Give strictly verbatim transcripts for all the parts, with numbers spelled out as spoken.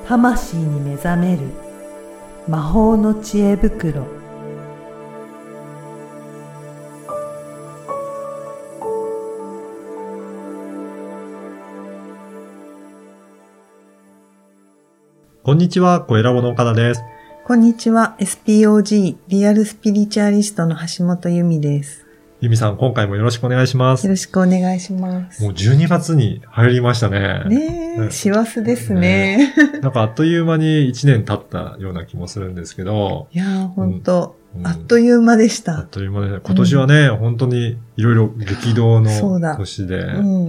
魂に目覚める魔法の知恵袋。 こんにちは、声ラボの岡田です。 こんにちは、エスピーオージー リアルスピリチュアリストの橋本由美です。 由美さん、今回もよろしくお願いします。 よろしくお願いします。 もうじゅうにがつに入りましたね。 ねえ、師走ですね。 ねなんかあっという間にいちねん経ったような気もするんですけど。 いやー、ほんと、 うん、 あっという間でした。 あっという間で、今年はね、うん、本当にいろいろ激動の年で、 うんうん、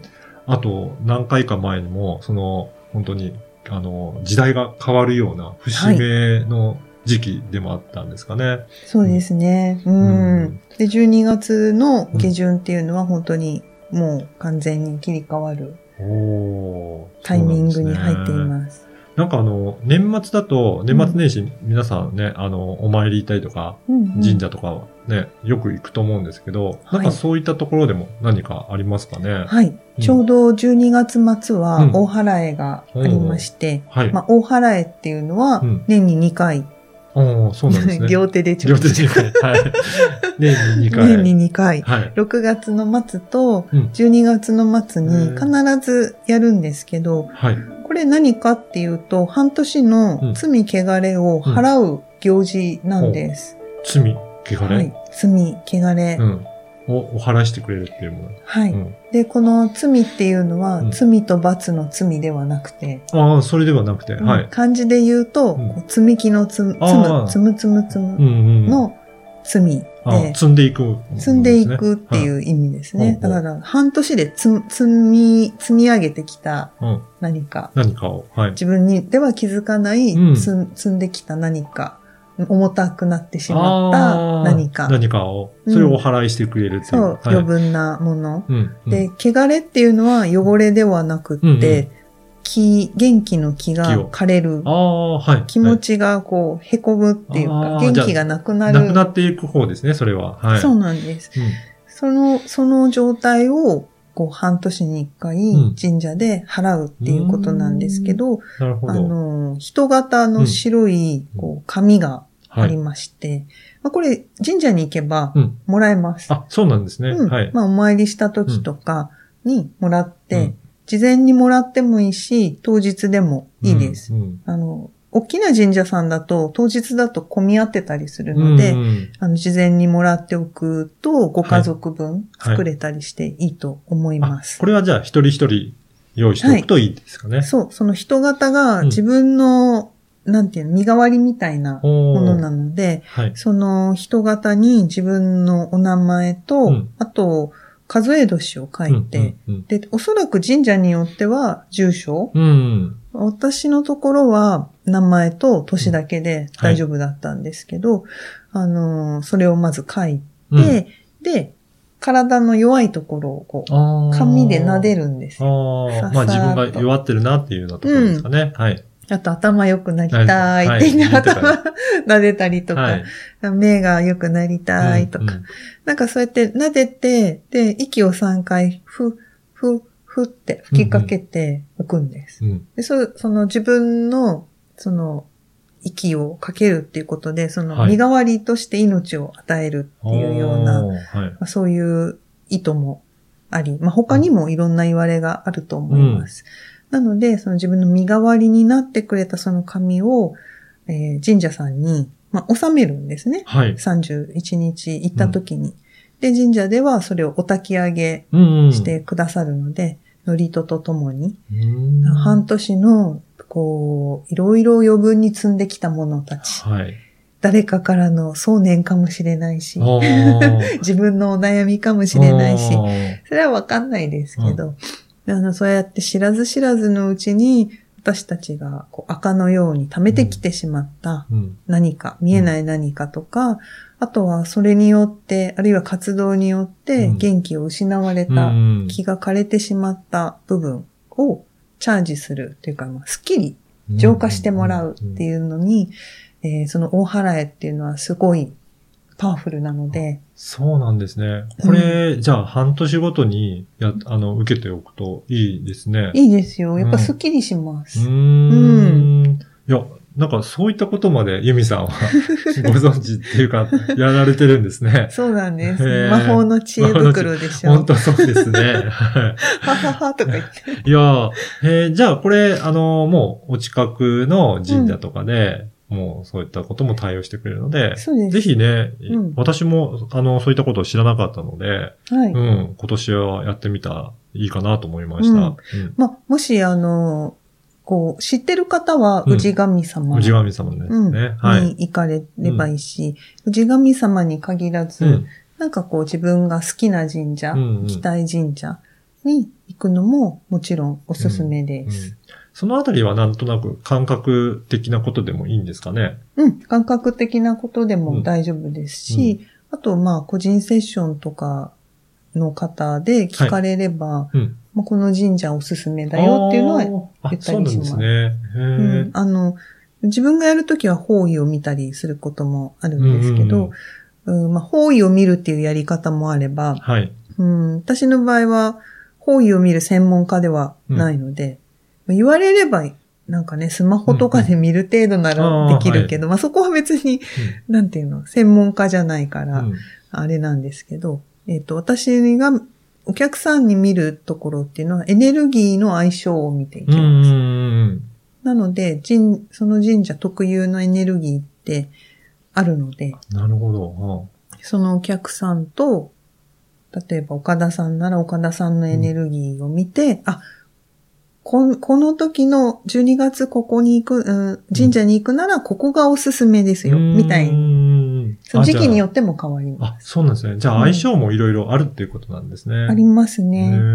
あと何回か前にも、その、本当に、あの、時代が変わるような節目の時期でもあったんですかね。はい、 そうですね。うん、うん。で、じゅうにがつの下旬っていうのは本当にもう完全に切り替わるタイミングに入っています。 なんかあの、年末だと、年末年始、うん、皆さんね、あの、お参り行ったりとか、うんうん、神社とかね、よく行くと思うんですけど、はい、なんかそういったところでも何かありますかね。 はい。うん、ちょうどじゅうにがつ末は大祓がありまして、うんはい、まあ、大祓っていうのは年ににかい。 うん、おー、そうなんですね。 両手でちょっと。 両手でにかい。はい。年ににかい。 年ににかい。 はい。 ろくがつの末とじゅうにがつの末に必ずやるんですけど、はい。これ何かっていうと、半年の罪汚れを払う行事なんです。 うんうん、罪汚れはい。 罪汚れ。 うんをお祓いしてくれるっていうもの。 はい、うん。で、この罪っていうのは、うん、罪と罰の罪ではなくて。 ああ、それではなくて。うん、はい。 漢字で言うと、うん、こう積み木のつむ、つむ、つむつむつむの罪で、 うんうん、積んでいく、ね。 積んでいくっていう意味ですね。はい、だから、半年でつ積み、積み上げてきた何か。 うん、何かを、はい。 自分にでは気づかない、うん、積んできた何か。重たくなってしまった何か。 何かを、それをお祓いしてくれるっていう。 そう、はい、余分なもの、うんうん。で、汚れっていうのは汚れではなくって、うんうん、気、元気の気が枯れる。 ああ、はい。 気持ちがこう、へこむっていうか、元気がなくなる。 なくなっていく方ですね、それは。はい。 そうなんです。うん、その、その状態を、こう、半年に一回、神社で払うっていうことなんですけど、うん、 なるほど。 あの、人型の白い、こう、紙が、ありまして、はい、まあ、これ神社に行けばもらえます。 うん、あ、そうなんですね。うん、 はい。まあお参りした時とかにもらって、うん、事前にもらってもいいし、当日でもいいです。うんうん、あの、大きな神社さんだと当日だと混み合ってたりするので、うんうん、あの事前にもらっておくとご家族分作れたりしていいと思います。 はいはい、これはじゃあ一人一人用意しておくといいですかね。はい、 そう、その人型が自分の、うんなんていうの、身代わりみたいなものなので、はい、その人型に自分のお名前と、うん、あと、数え年を書いて、うんうんうん、で、おそらく神社によっては住所、うん、私のところは名前と年だけで大丈夫だったんですけど、はい、あの、それをまず書いて、うん、で、体の弱いところをこう、紙で撫でるんですよ。 あまあ自分が弱ってるなっていうようなところですかね。うん、はい。 あと頭良くなりたいって言って、はい、頭撫でたりとか、はい、目が良くなりたいとか、うんうん、なんかそうやって撫でて、で、息をさんかい、ふ、ふ、ふって吹きかけておくんです。うんうん、でそ、その自分の、その、息をかけるっていうことで、その身代わりとして命を与えるっていうような、はいまあ、そういう意図もあり、まあ他にもいろんな言われがあると思います。うんなので、その自分の身代わりになってくれたその紙を、えー、神社さんに、まあ、納めるんですね。はい。さんじゅういちにち行った時に。うん、で、神社ではそれをお焚き上げしてくださるので、うんうん、祝詞とともに、半年の、こう、いろいろ余分に積んできたものたち。はい。誰かからの想念かもしれないし、自分のお悩みかもしれないし、それはわかんないですけど、うんあの、そうやって知らず知らずのうちに、私たちがこう赤のように溜めてきてしまった何か、うん、見えない何かとか、うん、あとはそれによって、あるいは活動によって元気を失われた、うん、気が枯れてしまった部分をチャージするというか、まあ、スッキリ浄化してもらうっていうのに、えー、その大祓っていうのはすごいパワフルなので。 そうなんですね。これ、うん、じゃあ半年ごとにや、あの、受けておくといいですね。 いいですよ。やっぱスッキリします。 うん。うん。いや、なんかそういったことまでユミさんはご存知っていうか、やられてるんですね。 そうなんです。魔法の知恵袋でしょ。 本当そうですね。 はははとか言って。 いや、えー、じゃあこれ、あの、もうお近くの神社とかで、うん、もうそういったことも対応してくれるので、 そうです。 ぜひね、 うん、 私も、あの、そういったことを知らなかったので、 はい。 うん、今年はやってみたらいいかなと思いました。うんうん、 まあ、もし、あの、こう、知ってる方は、氏神様、 うん。氏神様ですね。うん、 はい。に行かれればいいし、うん、氏神様に限らず、うん、なんかこう自分が好きな神社、うんうん、行きたい神社に行くのももちろんおすすめです。 うんうん、そのあたりはなんとなく感覚的なことでもいいんですかね？ うん。感覚的なことでも大丈夫ですし、うん、あとまあ個人セッションとかの方で聞かれれば、はいうん、まあ、この神社おすすめだよっていうのは言ったりします。 そうなんですね。へうん、あの、自分がやるときは方位を見たりすることもあるんですけど、うんうんうん、まあ、方位を見るっていうやり方もあれば、 はい、 うん、私の場合は方位を見る専門家ではないので、うん、言われればなんかね、スマホとかで見る程度ならできるけど、うんうん、あまあ、そこは別に、うん、なんていうの、専門家じゃないから、あれなんですけど、えっと、私がお客さんに見るところっていうのはエネルギーの相性を見ていきます。 うんうんうん、 なので、神、その神社特有のエネルギーってあるので、 なるほど。 そのお客さんと、例えば岡田さんなら岡田さんのエネルギーを見て、うん、あ、こ、この時のじゅうにがつここに行く、うん、神社に行くならここがおすすめですよ、みたいに。その時期によっても変わります。 あ、そうなんですね。じゃあ相性もいろいろあるっていうことなんですね。 ありますね。うん、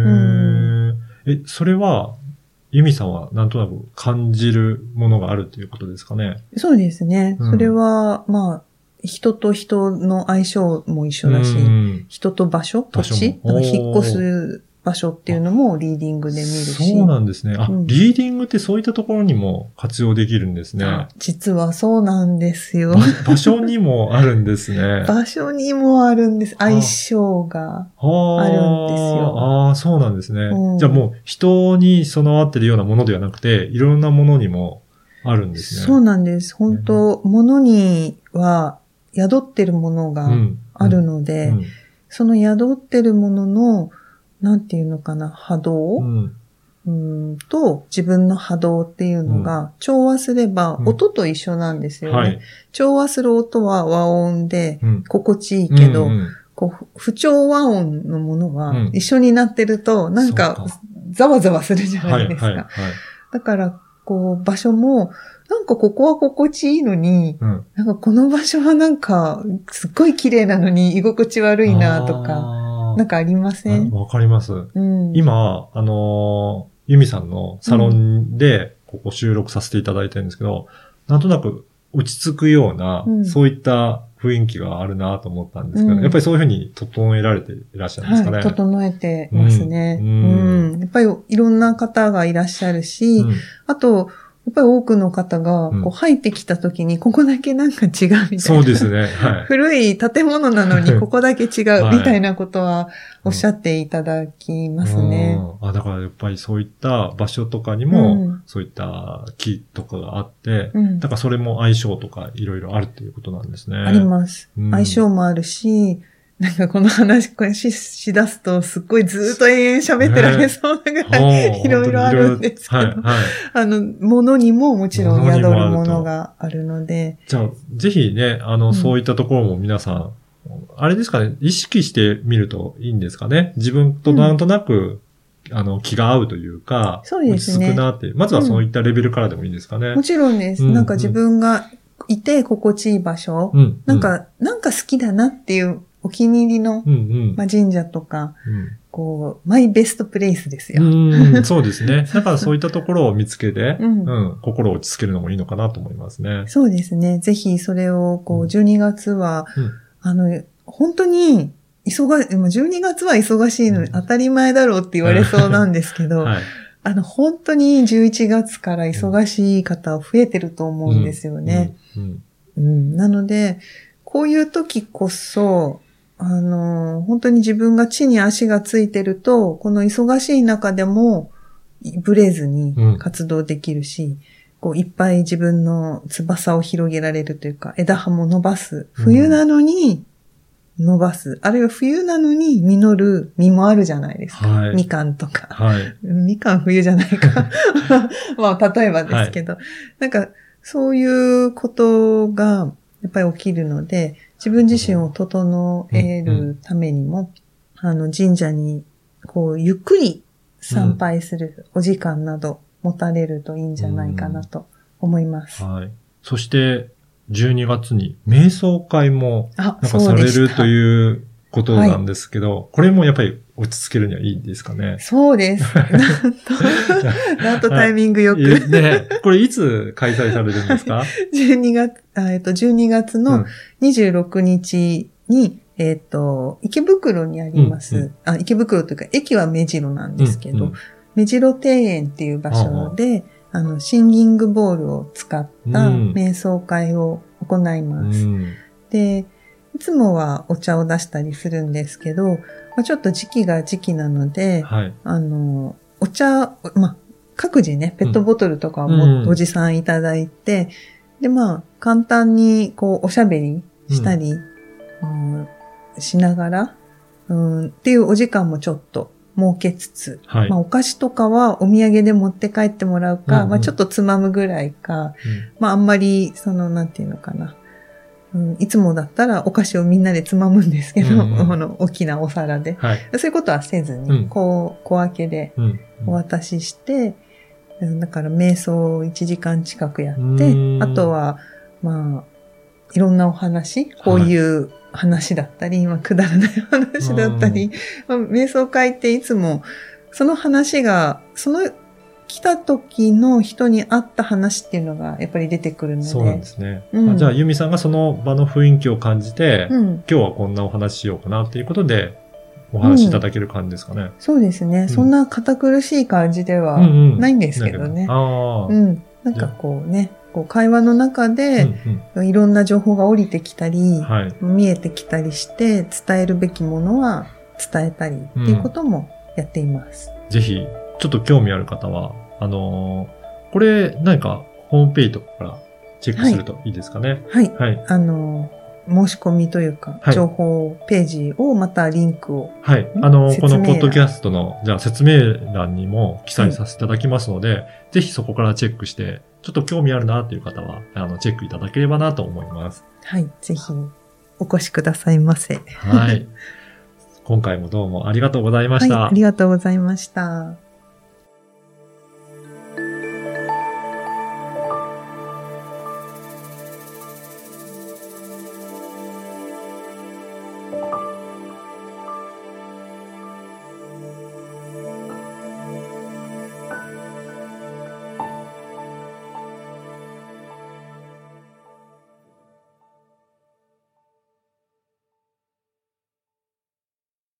え、それは、ユミさんはなんとなく感じるものがあるっていうことですかね。 そうですね。うん、それは、まあ、人と人の相性も一緒だし、人と場所、土地、引っ越す場所っていうのもリーディングで見るし。 そうなんですね。あ、うん、リーディングってそういったところにも活用できるんですね。 実はそうなんですよ。 場所にもあるんですね。 場所にもあるんです。相性があるんですよ。 ああ、そうなんですね。うん、じゃあもう人に備わってるようなものではなくて、いろんなものにもあるんですね。 そうなんです。本当、ね、物には宿ってるものがあるので、うんうん、その宿ってるもののなんていうのかな、波動、うん、うんと自分の波動っていうのが調和すれば音と一緒なんですよね。うんはい、調和する音は和音で心地いいけど、うんうん、こう不調和音のものは一緒になってるとなんかざわざわするじゃないですか。はいはいはい、だからこう場所もなんかここは心地いいのに、うん、なんかこの場所はなんかすっごい綺麗なのに居心地悪いなとか。なんかありません？ わかります。うん、今、あのー、ユミさんのサロンでここ収録させていただいてるんですけど、うん、なんとなく落ち着くような、うん、そういった雰囲気があるなと思ったんですけど、うん、やっぱりそういうふうに整えられていらっしゃるんですかね。 はい、整えてますね、うんうん。やっぱりいろんな方がいらっしゃるし、あと、やっぱり多くの方が、こう入ってきた時に、ここだけなんか違うみたいな。 そうですね。はい。 古い建物なのに、ここだけ違うみたいなことはおっしゃっていただきますね。 うん、あ、だからやっぱりそういった場所とかにも、うん、そういった木とかがあって、うん、だからそれも相性とかいろいろあるっていうことなんですね。 あります。うん、相性もあるし、なんかこの話、これし、しだすと、すっごいずっと延々喋ってられそうなぐらい、いろいろあるんですけど、はいはい、あの、ものにももちろん宿るものがあるので。 じゃあ、ぜひね、あの、うん、そういったところも皆さん、あれですかね、意識してみるといいんですかね。自分となんとなく、うん、あの、気が合うというか、 そうですね。 落ち着くなっていう。まずはそういったレベルからでもいいですかね。うん、 もちろんです。うん、なんか自分がいて心地いい場所、うん、なんか、なんか好きだなっていう、お気に入りの、うんうんまあ、神社とか、うん、こう、マイベストプレイスですよ。 うん、そうですね。だからそういったところを見つけて、うんうん、心を落ち着けるのもいいのかなと思いますね。 そうですね。ぜひそれを、こう、じゅうにがつは、うん、あの、本当に、忙し、じゅうにがつは忙しいのに当たり前だろうって言われそうなんですけど、はい、あの、本当にじゅういちがつから忙しい方増えてると思うんですよね。うんうんうん、なので、 こういう時こそ、あの、本当に自分が地に足がついてると、この忙しい中でも、ブレずに活動できるし、うん、こういっぱい自分の翼を広げられるというか、枝葉も伸ばす。冬なのに伸ばす。うん、あるいは冬なのに実る実もあるじゃないですか。はい、みかんとか。はい、みかん冬じゃないか。まあ、例えばですけど、はい、なんか、そういうことがやっぱり起きるので、自分自身を整えるためにも、うんうん、あの、神社に、こう、ゆっくり参拝するお時間など持たれるといいんじゃないかなと思います。 うん、はい。そして、じゅうにがつに瞑想会も、なんかされるということなんですけど、はい、これもやっぱり落ち着けるにはいいですかね。 そうです。なんと、なんとタイミングよく。 ね、これいつ開催されるんですか？ じゅうにがつ、えっと、じゅうにがつのにじゅうろくにちに、うんえっと、池袋にあります、うんうん、あ、池袋というか、駅は目白なんですけど、うんうん、目白庭園っていう場所で、あ, あの、シンギングボールを使った瞑想会を行います。うん、で、いつもはお茶を出したりするんですけど、まあ、ちょっと時期が時期なので、はい、あの、お茶、まあ、各自ね、ペットボトルとかもおじさんいただいて、うん、で、まあ、簡単にこう、おしゃべりしたり、うんうんしながら、うん、っていうお時間もちょっと設けつつ、はい、まあお菓子とかはお土産で持って帰ってもらうか、うんうん、まあちょっとつまむぐらいか、うん、まああんまり、その、なんていうのかな、うん、いつもだったらお菓子をみんなでつまむんですけど、うんうん、あの大きなお皿で、はい、そういうことはせずに、うん、こう、小分けでお渡しして、うん、だから瞑想をいちじかん近くやって、あとは、まあ、いろんなお話、こういう、はい話だったり、まあ、くだらない話だったり、まあ、瞑想会っていつも、その話が、その来た時の人に合った話っていうのがやっぱり出てくるので。 そうなんですね。うん、じゃあ、ユミさんがその場の雰囲気を感じて、うん、今日はこんなお話しようかなっていうことで、お話しいただける感じですかね。うん、 そうですね、うん。そんな堅苦しい感じではないんですけどね。うんうん、うん。なんかこうね。こう会話の中で、いろんな情報が降りてきたり、はい、見えてきたりして、伝えるべきものは伝えたりっていうこともやっています。 うん、ぜひ、ちょっと興味ある方は、あのー、これ何かホームページとかからチェックするといいですかね。 はい。はい。はい、あのー、申し込みというか、情報ページをまたリンクを。 はい。あのー、このポッドキャストの、じゃあ説明欄にも記載させていただきますので、はい、ぜひそこからチェックして、ちょっと興味あるなという方は、あの、チェックいただければなと思います。 はい。ぜひ、お越しくださいませ。 はい。今回もどうもありがとうございました。 はい。ありがとうございました。